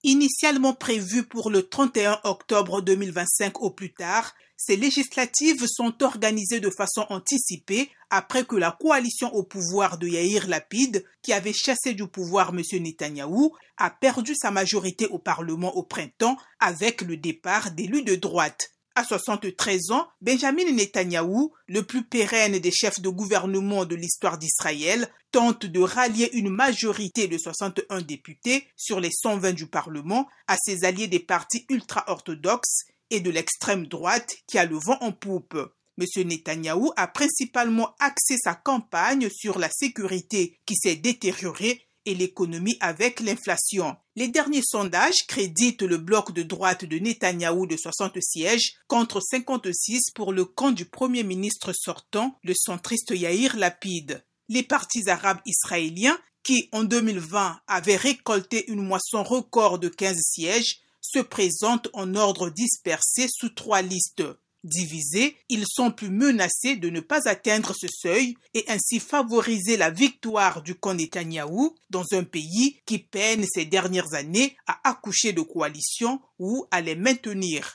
Initialement prévues pour le 31 octobre 2025 au plus tard, ces législatives sont organisées de façon anticipée après que la coalition au pouvoir de Yair Lapid, qui avait chassé du pouvoir M. Netanyahou, a perdu sa majorité au Parlement au printemps avec le départ d'élus de droite. À 73 ans, Benjamin Netanyahou, le plus pérenne des chefs de gouvernement de l'histoire d'Israël, tente de rallier une majorité de 61 députés sur les 120 du Parlement à ses alliés des partis ultra-orthodoxes et de l'extrême droite qui a le vent en poupe. M. Netanyahou a principalement axé sa campagne sur la sécurité qui s'est détériorée et l'économie avec l'inflation. Les derniers sondages créditent le bloc de droite de Netanyahou de 60 sièges contre 56 pour le camp du Premier ministre sortant, le centriste Yair Lapid. Les partis arabes israéliens, qui en 2020 avaient récolté une moisson record de 15 sièges, se présentent en ordre dispersé sous 3 listes. Divisés, ils sont plus menacés de ne pas atteindre ce seuil et ainsi favoriser la victoire du camp Netanyahou dans un pays qui peine ces dernières années à accoucher de coalitions ou à les maintenir.